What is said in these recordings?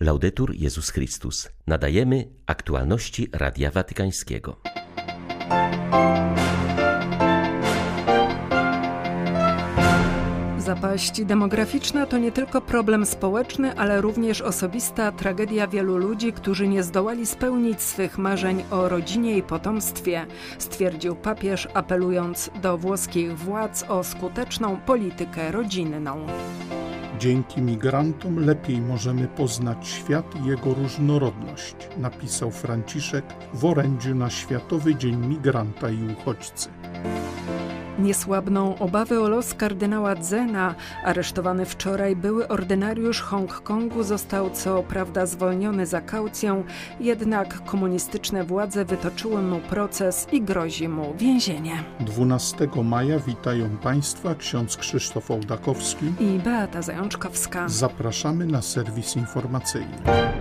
Laudetur Jezus Chrystus. Nadajemy aktualności Radia Watykańskiego. Zapaść demograficzna to nie tylko problem społeczny, ale również osobista tragedia wielu ludzi, którzy nie zdołali spełnić swych marzeń o rodzinie i potomstwie, stwierdził papież, apelując do włoskich władz o skuteczną politykę rodzinną. Dzięki migrantom lepiej możemy poznać świat i jego różnorodność, napisał Franciszek w orędziu na Światowy Dzień Migranta i Uchodźcy. Nie słabną obawy o los kardynała Dzena. Aresztowany wczoraj były ordynariusz Hongkongu został co prawda zwolniony za kaucją, jednak komunistyczne władze wytoczyły mu proces i grozi mu więzienie. 12 maja witają Państwa ksiądz Krzysztof Ołdakowski i Beata Zajączkowska. Zapraszamy na serwis informacyjny.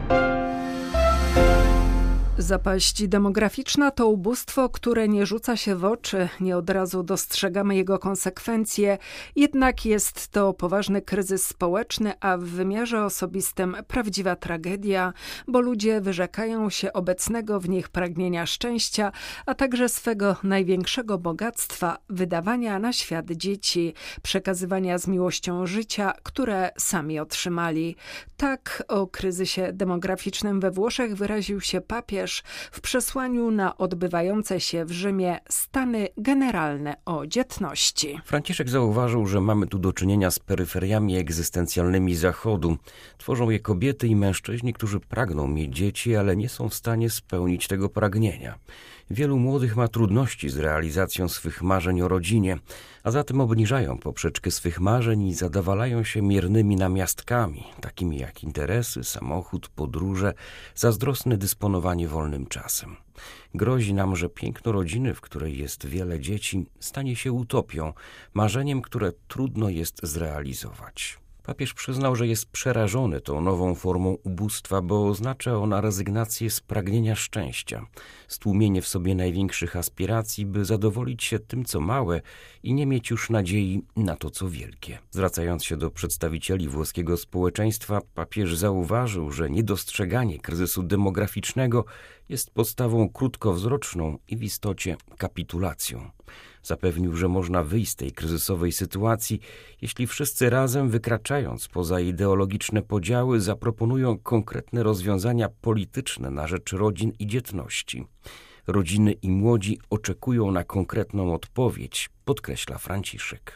Zapaść demograficzna to ubóstwo, które nie rzuca się w oczy, nie od razu dostrzegamy jego konsekwencje, jednak jest to poważny kryzys społeczny, a w wymiarze osobistym prawdziwa tragedia, bo ludzie wyrzekają się obecnego w nich pragnienia szczęścia, a także swego największego bogactwa, wydawania na świat dzieci, przekazywania z miłością życia, które sami otrzymali. Tak o kryzysie demograficznym we Włoszech wyraził się papież w przesłaniu na odbywające się w Rzymie stany generalne o dzietności. Franciszek zauważył, że mamy tu do czynienia z peryferiami egzystencjalnymi Zachodu. Tworzą je kobiety i mężczyźni, którzy pragną mieć dzieci, ale nie są w stanie spełnić tego pragnienia. Wielu młodych ma trudności z realizacją swych marzeń o rodzinie, a zatem obniżają poprzeczkę swych marzeń i zadawalają się miernymi namiastkami, takimi jak interesy, samochód, podróże, zazdrosne dysponowanie wolnym czasem. Grozi nam, że piękno rodziny, w której jest wiele dzieci, stanie się utopią, marzeniem, które trudno jest zrealizować. Papież przyznał, że jest przerażony tą nową formą ubóstwa, bo oznacza ona rezygnację z pragnienia szczęścia, stłumienie w sobie największych aspiracji, by zadowolić się tym, co małe i nie mieć już nadziei na to, co wielkie. Zwracając się do przedstawicieli włoskiego społeczeństwa, papież zauważył, że niedostrzeganie kryzysu demograficznego jest postawą krótkowzroczną i w istocie kapitulacją. Zapewnił, że można wyjść z tej kryzysowej sytuacji, jeśli wszyscy razem, wykraczając poza ideologiczne podziały, zaproponują konkretne rozwiązania polityczne na rzecz rodzin i dzietności. Rodziny i młodzi oczekują na konkretną odpowiedź, podkreśla Franciszek.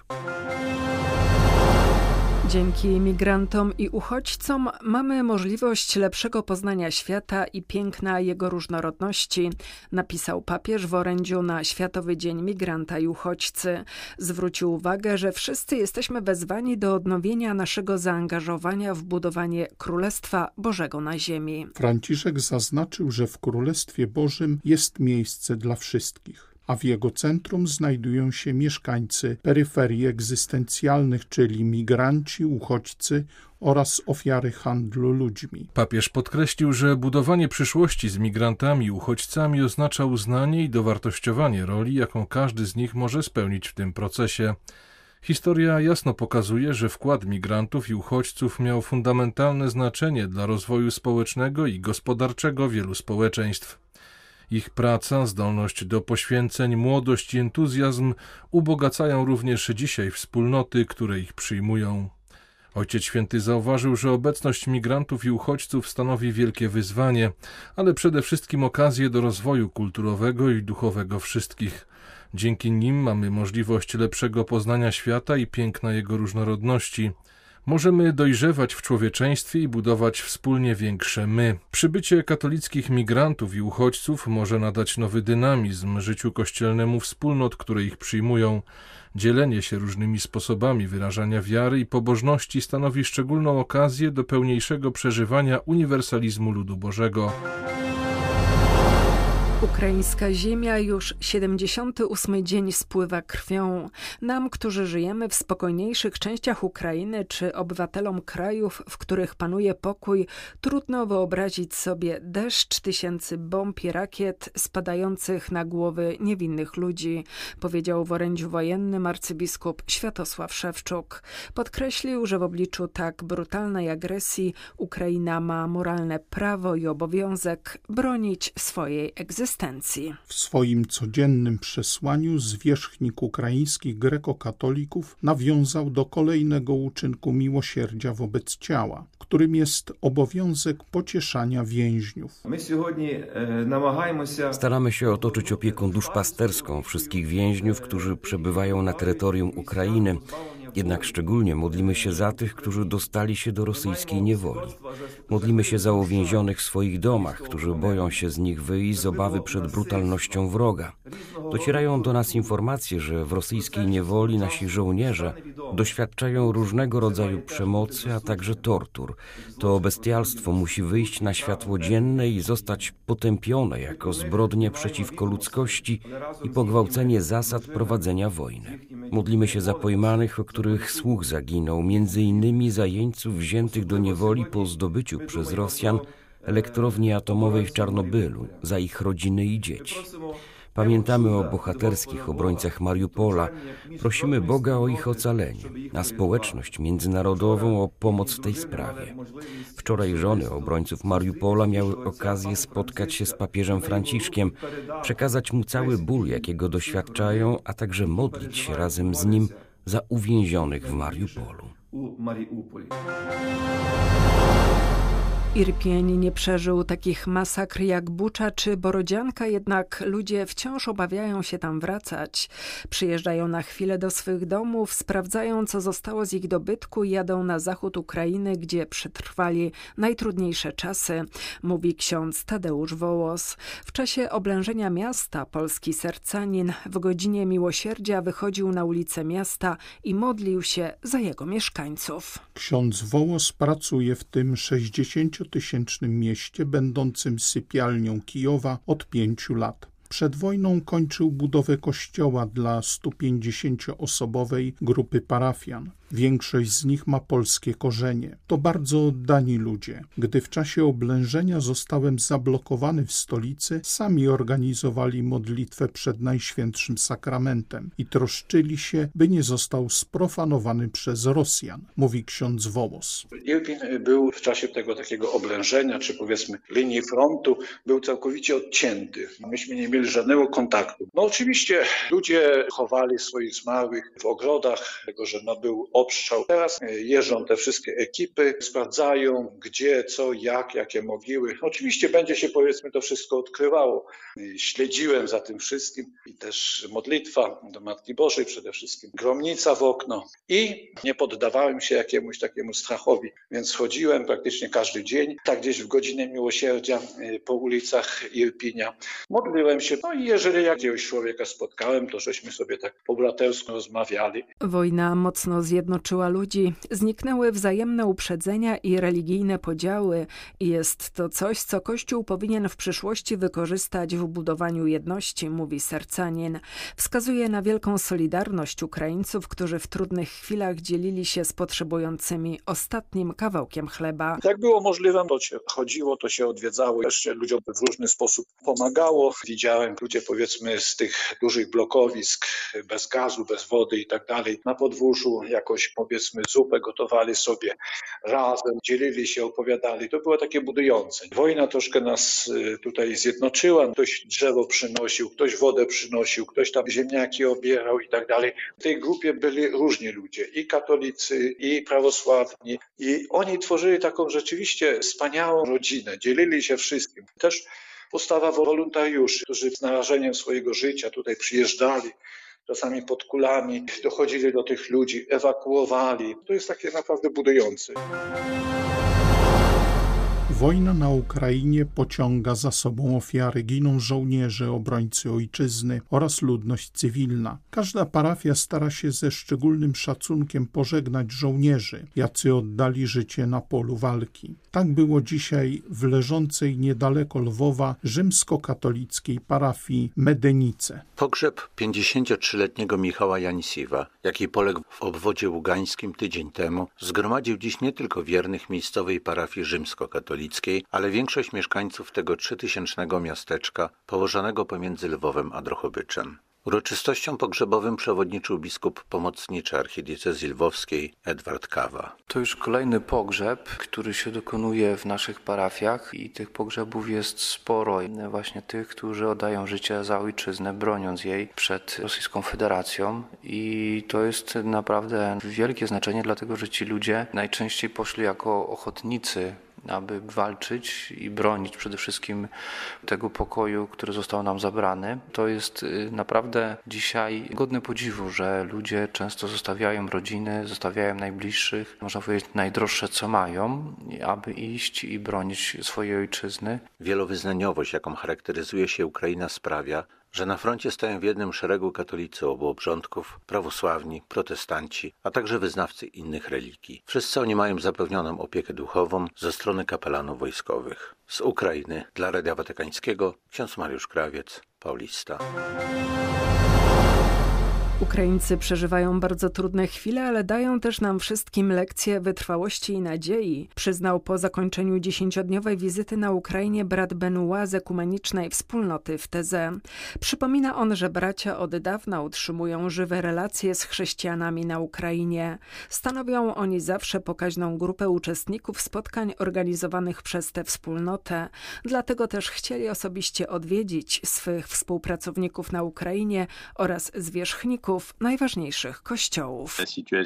Dzięki migrantom i uchodźcom mamy możliwość lepszego poznania świata i piękna jego różnorodności, napisał papież w orędziu na Światowy Dzień Migranta i Uchodźcy. Zwrócił uwagę, że wszyscy jesteśmy wezwani do odnowienia naszego zaangażowania w budowanie Królestwa Bożego na ziemi. Franciszek zaznaczył, że w Królestwie Bożym jest miejsce dla wszystkich, a w jego centrum znajdują się mieszkańcy peryferii egzystencjalnych, czyli migranci, uchodźcy oraz ofiary handlu ludźmi. Papież podkreślił, że budowanie przyszłości z migrantami i uchodźcami oznacza uznanie i dowartościowanie roli, jaką każdy z nich może spełnić w tym procesie. Historia jasno pokazuje, że wkład migrantów i uchodźców miał fundamentalne znaczenie dla rozwoju społecznego i gospodarczego wielu społeczeństw. Ich praca, zdolność do poświęceń, młodość i entuzjazm ubogacają również dzisiaj wspólnoty, które ich przyjmują. Ojciec Święty zauważył, że obecność migrantów i uchodźców stanowi wielkie wyzwanie, ale przede wszystkim okazję do rozwoju kulturowego i duchowego wszystkich. Dzięki nim mamy możliwość lepszego poznania świata i piękna jego różnorodności. Możemy dojrzewać w człowieczeństwie i budować wspólnie większe my. Przybycie katolickich migrantów i uchodźców może nadać nowy dynamizm życiu kościelnemu wspólnot, które ich przyjmują. Dzielenie się różnymi sposobami wyrażania wiary i pobożności stanowi szczególną okazję do pełniejszego przeżywania uniwersalizmu ludu Bożego. Ukraińska ziemia już 78. dzień spływa krwią. Nam, którzy żyjemy w spokojniejszych częściach Ukrainy, czy obywatelom krajów, w których panuje pokój, trudno wyobrazić sobie deszcz tysięcy bomb i rakiet spadających na głowy niewinnych ludzi, powiedział w orędziu wojennym arcybiskup Światosław Szewczuk. Podkreślił, że w obliczu tak brutalnej agresji Ukraina ma moralne prawo i obowiązek bronić swojej egzystencji. W swoim codziennym przesłaniu zwierzchnik ukraińskich grekokatolików nawiązał do kolejnego uczynku miłosierdzia wobec ciała, którym jest obowiązek pocieszania więźniów. Staramy się otoczyć opieką duszpasterską wszystkich więźniów, którzy przebywają na terytorium Ukrainy. Jednak szczególnie modlimy się za tych, którzy dostali się do rosyjskiej niewoli. Modlimy się za uwięzionych w swoich domach, którzy boją się z nich wyjść z obawy przed brutalnością wroga. Docierają do nas informacje, że w rosyjskiej niewoli nasi żołnierze doświadczają różnego rodzaju przemocy, a także tortur. To bestialstwo musi wyjść na światło dzienne i zostać potępione jako zbrodnie przeciwko ludzkości i pogwałcenie zasad prowadzenia wojny. Modlimy się za pojmanych, o których słuch zaginął, między innymi za jeńców wziętych do niewoli po zdobyciu przez Rosjan elektrowni atomowej w Czarnobylu, za ich rodziny i dzieci. Pamiętamy o bohaterskich obrońcach Mariupola, prosimy Boga o ich ocalenie, a społeczność międzynarodową o pomoc w tej sprawie. Wczoraj żony obrońców Mariupola miały okazję spotkać się z papieżem Franciszkiem, przekazać mu cały ból, jakiego doświadczają, a także modlić się razem z nim za uwięzionych w Mariupolu. Irpień nie przeżył takich masakr jak Bucza czy Borodzianka, jednak ludzie wciąż obawiają się tam wracać. Przyjeżdżają na chwilę do swych domów, sprawdzają, co zostało z ich dobytku i jadą na zachód Ukrainy, gdzie przetrwali najtrudniejsze czasy, mówi ksiądz Tadeusz Wołos. W czasie oblężenia miasta polski sercanin w godzinie miłosierdzia wychodził na ulice miasta i modlił się za jego mieszkańców. Ksiądz Wołos pracuje w tym 60-tysięcznym mieście, będącym sypialnią Kijowa od 5 lat. Przed wojną kończył budowę kościoła dla 150-osobowej grupy parafian. Większość z nich ma polskie korzenie. To bardzo oddani ludzie. Gdy w czasie oblężenia zostałem zablokowany w stolicy, sami organizowali modlitwę przed Najświętszym Sakramentem i troszczyli się, by nie został sprofanowany przez Rosjan, mówi ksiądz Wołos. Irpień był w czasie tego takiego oblężenia, czy powiedzmy linii frontu, był całkowicie odcięty. Myśmy nie mieli żadnego kontaktu. No oczywiście ludzie chowali swoich zmarłych w ogrodach, tego, że był obstrzał. Teraz jeżdżą te wszystkie ekipy, sprawdzają gdzie, co, jak, jakie mogiły. Oczywiście będzie się powiedzmy to wszystko odkrywało. Śledziłem za tym wszystkim i też modlitwa do Matki Bożej przede wszystkim, gromnica w okno i nie poddawałem się jakiemuś takiemu strachowi, więc chodziłem praktycznie każdy dzień, tak gdzieś w godzinę miłosierdzia po ulicach Irpinia. Modliłem się, no i jeżeli jakiegoś człowieka spotkałem, to żeśmy sobie tak po bratersku rozmawiali. Wojna mocno zjednoczyła ludzi, zniknęły wzajemne uprzedzenia i religijne podziały i jest to coś, co Kościół powinien w przyszłości wykorzystać w budowaniu jedności, mówi sercanin. Wskazuje na wielką solidarność Ukraińców, którzy w trudnych chwilach dzielili się z potrzebującymi ostatnim kawałkiem chleba. Jak było możliwe, to się chodziło, to się odwiedzało, jeszcze ludziom w różny sposób pomagało. Widziałem ludzie powiedzmy z tych dużych blokowisk, bez gazu, bez wody i tak dalej, na podwórzu jakoś powiedzmy zupę gotowali sobie razem, dzielili się, opowiadali. To było takie budujące. Wojna troszkę nas tutaj zjednoczyła. Ktoś drzewo przynosił, ktoś wodę przynosił, ktoś tam ziemniaki obierał i tak dalej. W tej grupie byli różni ludzie, i katolicy, i prawosławni. I oni tworzyli taką rzeczywiście wspaniałą rodzinę, dzielili się wszystkim. Też postawa wolontariuszy, którzy z narażeniem swojego życia tutaj przyjeżdżali, czasami pod kulami, dochodzili do tych ludzi, ewakuowali. To jest takie naprawdę budujące. Wojna na Ukrainie pociąga za sobą ofiary. Giną żołnierze, obrońcy ojczyzny oraz ludność cywilna. Każda parafia stara się ze szczególnym szacunkiem pożegnać żołnierzy, jacy oddali życie na polu walki. Tak było dzisiaj w leżącej niedaleko Lwowa rzymskokatolickiej parafii Medenice. Pogrzeb 53-letniego Michała Janisiwa, jaki poległ w obwodzie ługańskim tydzień temu, zgromadził dziś nie tylko wiernych miejscowej parafii rzymskokatolickiej, ale większość mieszkańców tego 3000 miasteczka położonego pomiędzy Lwowem a Drohobyczem. Uroczystościom pogrzebowym przewodniczył biskup pomocniczy archidiecezji lwowskiej Edward Kawa. To już kolejny pogrzeb, który się dokonuje w naszych parafiach i tych pogrzebów jest sporo. Właśnie tych, którzy oddają życie za ojczyznę, broniąc jej przed Rosyjską Federacją. I to jest naprawdę wielkie znaczenie, dlatego że ci ludzie najczęściej poszli jako ochotnicy, aby walczyć i bronić przede wszystkim tego pokoju, który został nam zabrany. To jest naprawdę dzisiaj godne podziwu, że ludzie często zostawiają rodziny, zostawiają najbliższych, można powiedzieć najdroższe co mają, aby iść i bronić swojej ojczyzny. Wielowyznaniowość, jaką charakteryzuje się Ukraina, sprawia, że na froncie stoją w jednym szeregu katolicy obu obrządków, prawosławni, protestanci, a także wyznawcy innych religii. Wszyscy oni mają zapewnioną opiekę duchową ze strony kapelanów wojskowych. Z Ukrainy dla Radia Watykańskiego ksiądz Mariusz Krawiec, Paulista. Ukraińcy przeżywają bardzo trudne chwile, ale dają też nam wszystkim lekcje wytrwałości i nadziei, przyznał po zakończeniu 10-dniowej wizyty na Ukrainie brat Benoit z ekumenicznej wspólnoty w Teze. Przypomina on, że bracia od dawna utrzymują żywe relacje z chrześcijanami na Ukrainie. Stanowią oni zawsze pokaźną grupę uczestników spotkań organizowanych przez tę wspólnotę. Dlatego też chcieli osobiście odwiedzić swych współpracowników na Ukrainie oraz zwierzchników najważniejszych kościołów.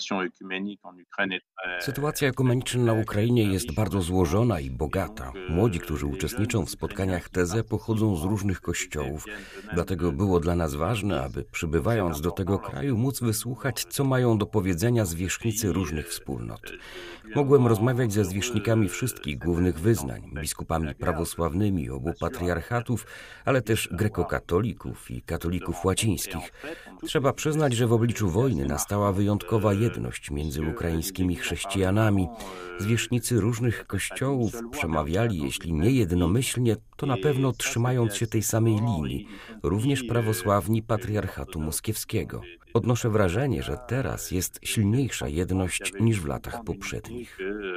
Sytuacja ekumeniczna na Ukrainie jest bardzo złożona i bogata. Młodzi, którzy uczestniczą w spotkaniach Teze, pochodzą z różnych kościołów. Dlatego było dla nas ważne, aby przybywając do tego kraju móc wysłuchać, co mają do powiedzenia zwierzchnicy różnych wspólnot. Mogłem rozmawiać ze zwierzchnikami wszystkich głównych wyznań, biskupami prawosławnymi obu patriarchatów, ale też grekokatolików i katolików łacińskich. Trzeba przyznać, że w obliczu wojny nastała wyjątkowa jedność między ukraińskimi chrześcijanami. Zwierzchnicy różnych kościołów przemawiali, jeśli nie jednomyślnie, to na pewno trzymając się tej samej linii, również prawosławni patriarchatu moskiewskiego. Odnoszę wrażenie, że teraz jest silniejsza jedność niż w latach poprzednich.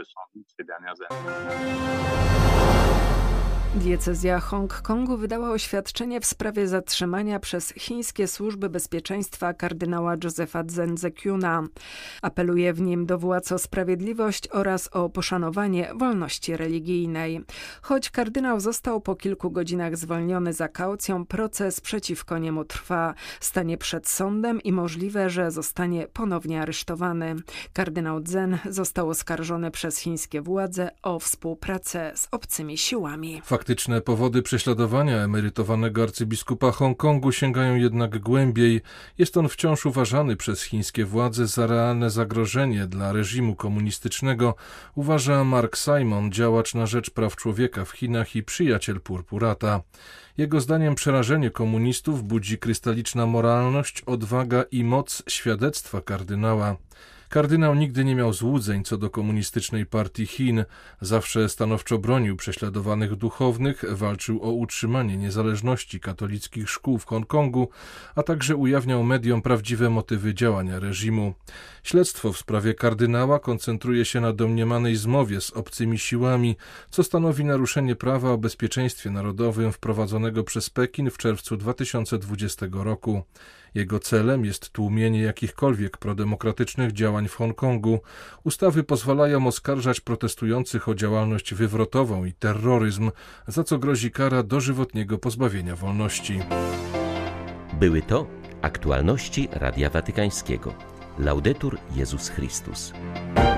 Diecezja Hongkongu wydała oświadczenie w sprawie zatrzymania przez chińskie służby bezpieczeństwa kardynała Josepha Zen-Zekiuna. Apeluje w nim do władz o sprawiedliwość oraz o poszanowanie wolności religijnej. Choć kardynał został po kilku godzinach zwolniony za kaucją, proces przeciwko niemu trwa. Stanie przed sądem i możliwe, że zostanie ponownie aresztowany. Kardynał Zen został oskarżony przez chińskie władze o współpracę z obcymi siłami. Faktyczne powody prześladowania emerytowanego arcybiskupa Hongkongu sięgają jednak głębiej. Jest on wciąż uważany przez chińskie władze za realne zagrożenie dla reżimu komunistycznego, uważa Mark Simon, działacz na rzecz praw człowieka w Chinach i przyjaciel Purpurata. Jego zdaniem przerażenie komunistów budzi krystaliczna moralność, odwaga i moc świadectwa kardynała. Kardynał nigdy nie miał złudzeń co do komunistycznej partii Chin, zawsze stanowczo bronił prześladowanych duchownych, walczył o utrzymanie niezależności katolickich szkół w Hongkongu, a także ujawniał mediom prawdziwe motywy działania reżimu. Śledztwo w sprawie kardynała koncentruje się na domniemanej zmowie z obcymi siłami, co stanowi naruszenie prawa o bezpieczeństwie narodowym wprowadzonego przez Pekin w czerwcu 2020 roku. Jego celem jest tłumienie jakichkolwiek prodemokratycznych działań w Hongkongu. Ustawy pozwalają oskarżać protestujących o działalność wywrotową i terroryzm, za co grozi kara dożywotniego pozbawienia wolności. Były to aktualności Radia Watykańskiego. Laudetur Jezus Chrystus.